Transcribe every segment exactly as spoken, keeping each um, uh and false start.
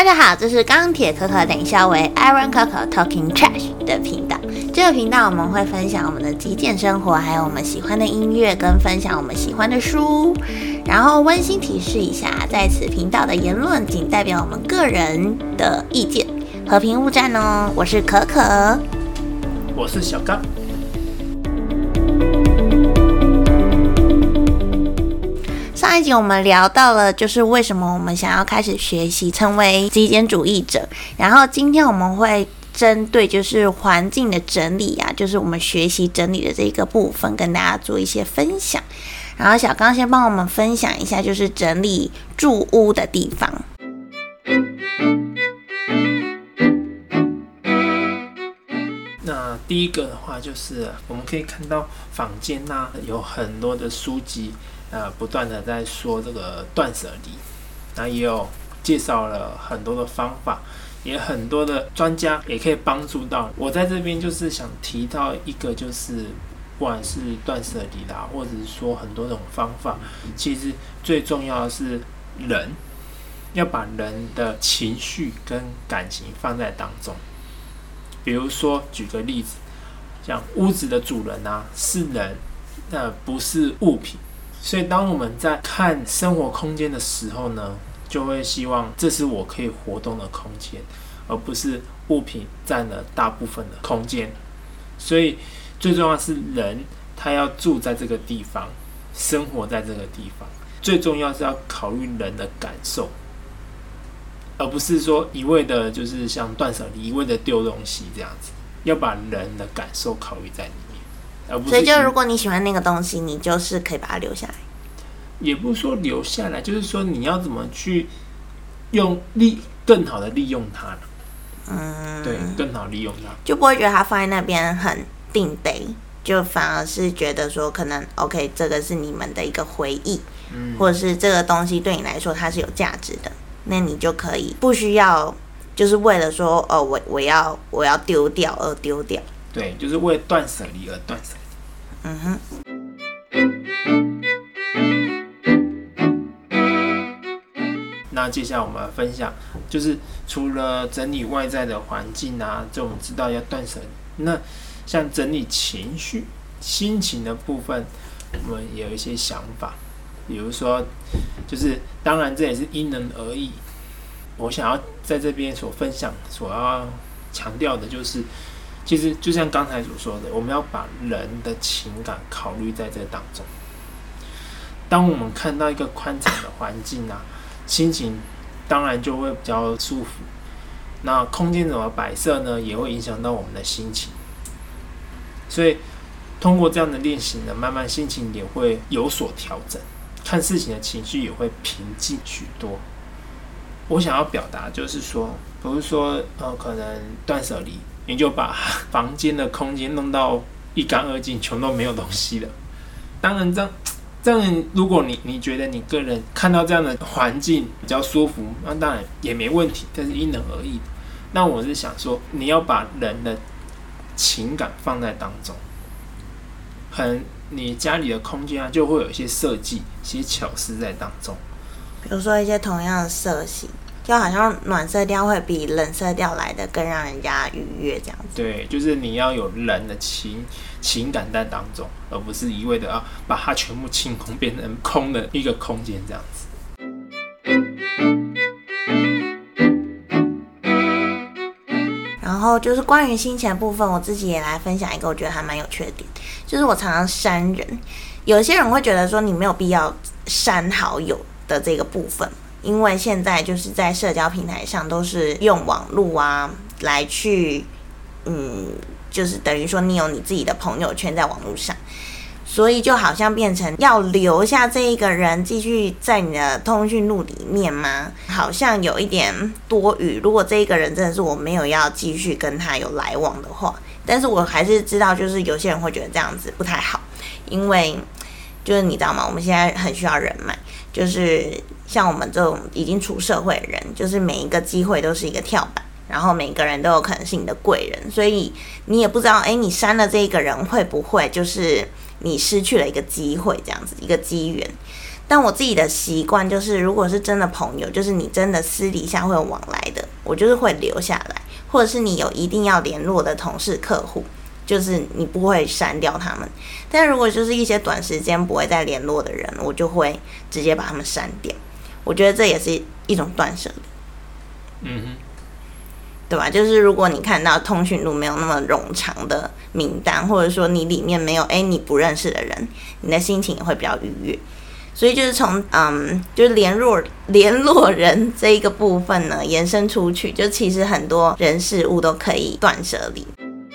大家好，这是钢铁可可等一下为 Iron Coco Talking Trash 的频道。这个频道我们会分享我们的极简生活，还有我们喜欢的音乐，跟分享我们喜欢的书。然后温馨提示一下，在此频道的言论仅代表我们个人的意见，和平勿战哦。我是可可， 我是小刚。 上一集我们聊到了，就是为什么我们想要开始学习成为极简主义者。然后今天我们会针对就是环境的整理啊，就是我们学习整理的这个部分，跟大家做一些分享。然后小刚先帮我们分享一下，就是整理住屋的地方。 那第一个的话，就是我们可以看到坊间呐、啊、有很多的书籍。呃，不断的在说这个断舍离，那也有介绍了很多的方法，也很多的专家也可以帮助到我。在这边就是想提到一个，就是不管是断舍离啦，或者是说很多种方法，其实最重要的是人要把人的情绪跟感情放在当中。比如说，举个例子，像屋子的主人啊是人，那不是物品。所以当我们在看生活空间的时候呢，就会希望这是我可以活动的空间，而不是物品占了大部分的空间。所以最重要的是人，他要住在这个地方，生活在这个地方。最重要是要考虑人的感受，而不是说一味的就是像断舍离，一味的丢东西这样子。要把人的感受考虑在里面。 所以就如果你喜欢那个东西，你就是可以把它留下来。 也不是说留下来，就是说你要怎么去用利更好的利用它。嗯，对，更好利用它， 就不会觉得它放在那边很定得，就反而是觉得说可能 OK， 这个是你们的一个回忆，嗯，或者是这个东西对你来说它是有价值的，那你就可以不需要就是为了说哦，我我要我要丢掉而丢掉。 对，就是为了断舍离而断舍离。嗯哼。那接下来我们分享，就是除了整理外在的环境啊，这我们知道要断舍离。那像整理情绪、心情的部分，我们也有一些想法。比如说，就是当然这也是因人而异。我想要在这边所分享、所要强调的就是。其实就像刚才所说的，我们要把人的情感考虑在这当中。当我们看到一个宽敞的环境啊，心情当然就会比较舒服。那空间怎么摆设呢，也会影响到我们的心情。所以通过这样的练习呢，慢慢心情也会有所调整，看事情的情绪也会平静许多。我想要表达就是说，不是说呃可能断舍离。你就把房间的空间弄到一干二净，全都没有东西了。当然这样，这样如果你你觉得你个人看到这样的环境比较舒服，那当然也没问题，这是因人而异的。那我是想说，你要把人的情感放在当中。可能你家里的空间啊，就会有一些设计、一些巧思在当中。 比如说一些同样的色系。就好像暖色调会比冷色调来的更让人家愉悦，这样子。 对，就是你要有人的情情感在当中，而不是一味的啊把它全部清空，变成空的一个空间这样子。 然后就是关于金钱部分，我自己也来分享一个我觉得还蛮有趣的点，就是我常常删人，有些人会觉得说你没有必要删好友的这个部分。因为现在就是在社交平台上都是用网络啊来去，嗯，就是等于说你有你自己的朋友圈在网络上，所以就好像变成要留下这一个人继续在你的通讯录里面吗？好像有一点多余。如果这一个人真的是我没有要继续跟他有来往的话，但是我还是知道，就是有些人会觉得这样子不太好，因为就是你知道吗？我们现在很需要人脉，就是像我们这种已经出社会的人，就是每一个机会都是一个跳板，然后每个人都有可能是你的贵人，所以你也不知道，哎，你删了这一个人会不会就是你失去了一个机会，这样子一个机缘。 但我自己的习惯就是，如果是真的朋友，就是你真的私底下会有往来的，我就是会留下来，或者是你有一定要联络的同事、客户，就是你不会删掉他们。但如果就是一些短时间不会再联络的人，我就会直接把他们删掉。我觉得这也是一种断舍离。 嗯哼。 对吧？就是如果你看到通讯录没有那么冗长的名单，或者说你里面没有哎你不认识的人，你的心情也会比较愉悦。所以就是从嗯，就是联络联络人这一个部分呢，延伸出去，就其实很多人事物都可以断舍离。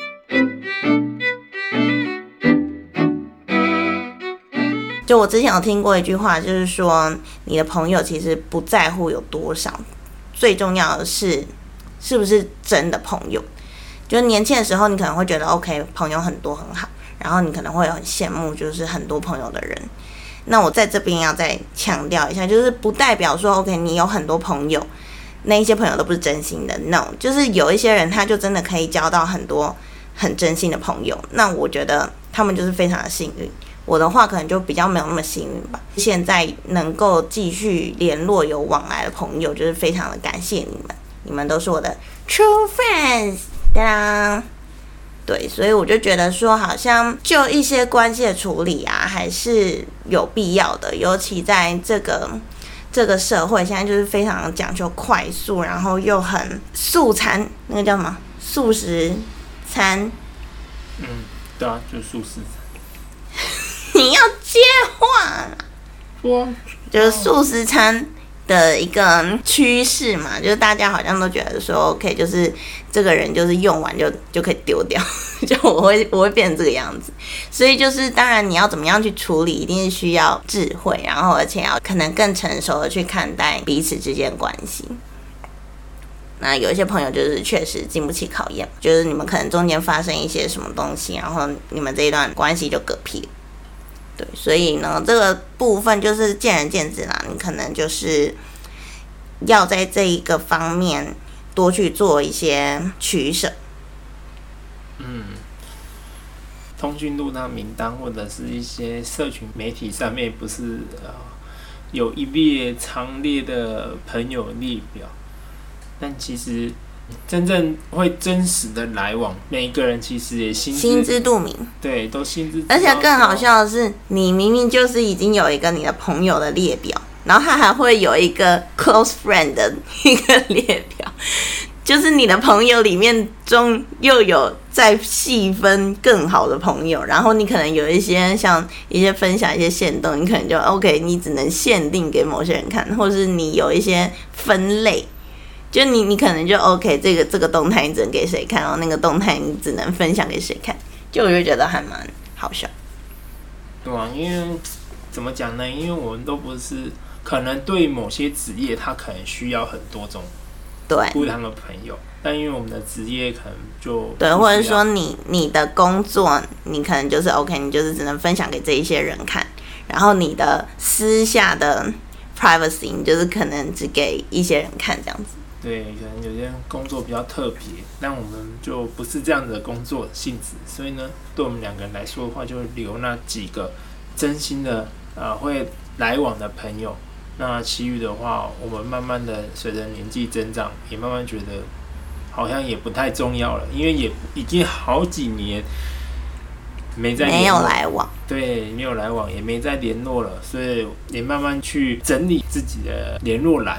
就我之前有听过一句话，就是说你的朋友其实不在乎有多少，最重要的是是不是真的朋友。就是年轻的时候你可能会觉得 OK 朋友很多很好，然后你可能会很羡慕就是很多朋友的人。那我在这边要再强调一下，就是不代表说 OK 你有很多朋友，那一些朋友都不是真心的。 No， 就是有一些人他就真的可以交到很多很真心的朋友，那我觉得他们就是非常的幸运。我的话可能就比较没有那么幸运吧。现在能够继续联络有往来的朋友，就是非常的感谢你们，你们都是我的 true friends。对啦，对，所以我就觉得说，好像就一些关系的处理啊，还是有必要的。尤其在这个这个社会，现在就是非常讲究快速，然后又很素餐，那个叫什么素食餐？ 嗯，对啊，就是素食餐。 你要接话， 说就是素食餐的一个趋势嘛，就是大家好像都觉得说 OK， 就是这个人就是用完就就可以丢掉，就我会我会变成这个样子。所以就是当然你要怎么样去处理，一定是需要智慧，然后而且要可能更成熟的去看待彼此之间的关系。那有一些朋友就是确实经不起考验，就是你们可能中间发生一些什么东西，然后你们这一段关系就嗝屁了。对，所以呢，这个部分就是见仁见智啦。你可能就是要在这一个方面多去做一些取舍。 嗯，通讯录那名单或者是一些社群媒体上面，不是呃有一列长列的朋友列表，但其实真正会真实的来往，每一个人其实也心知心知肚明， 对，都心知肚明。 而且更好笑的是，你明明就是已经有一个你的朋友的列表，然后他还会有一个 close friend 的一个列表，就是你的朋友里面中又有再细分更好的朋友，然后你可能有一些像一些分享一些限动，你可能就 OK， 你只能限定给某些人看，或是你有一些分类。就你，你可能就 OK， 这个这个动态你只能给谁看，然后那个动态你只能分享给谁看，就我就觉得还蛮好笑。 对啊，因为怎么讲呢？因为我们都不是，可能对某些职业，他可能需要很多种对不同的朋友，但因为我们的职业可能就对，或者说你你的工作，你可能就是 OK， 你就是只能分享给这一些人看，然后你的私下的 privacy， 你就是可能只给一些人看这样子。 对，可能有些工作比较特别，但我们就不是这样子的工作性质，所以呢，对我们两个人来说的话，就留那几个真心的呃会来往的朋友。那其余的话，我们慢慢的随着年纪增长，也慢慢觉得好像也不太重要了，因为也已经好几年没在没有来往， 对，没有来往，也没再联络了，所以也慢慢去整理自己的联络栏。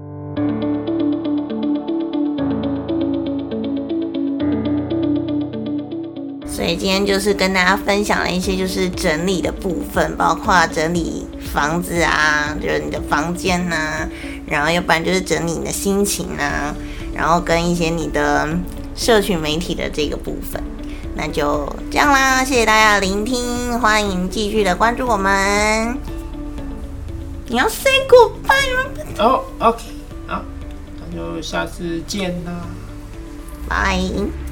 所以今天就是跟大家分享了一些就是整理的部分，包括整理房子啊，就是你的房间啊，然后要不然就是整理你的心情啊，然后跟一些你的社群媒体的这个部分。那就这样啦，谢谢大家的聆听，欢迎继续的关注我们。你要 say goodbye 吗？ 哦、oh, ，OK， 好，那就下次见啦， 拜。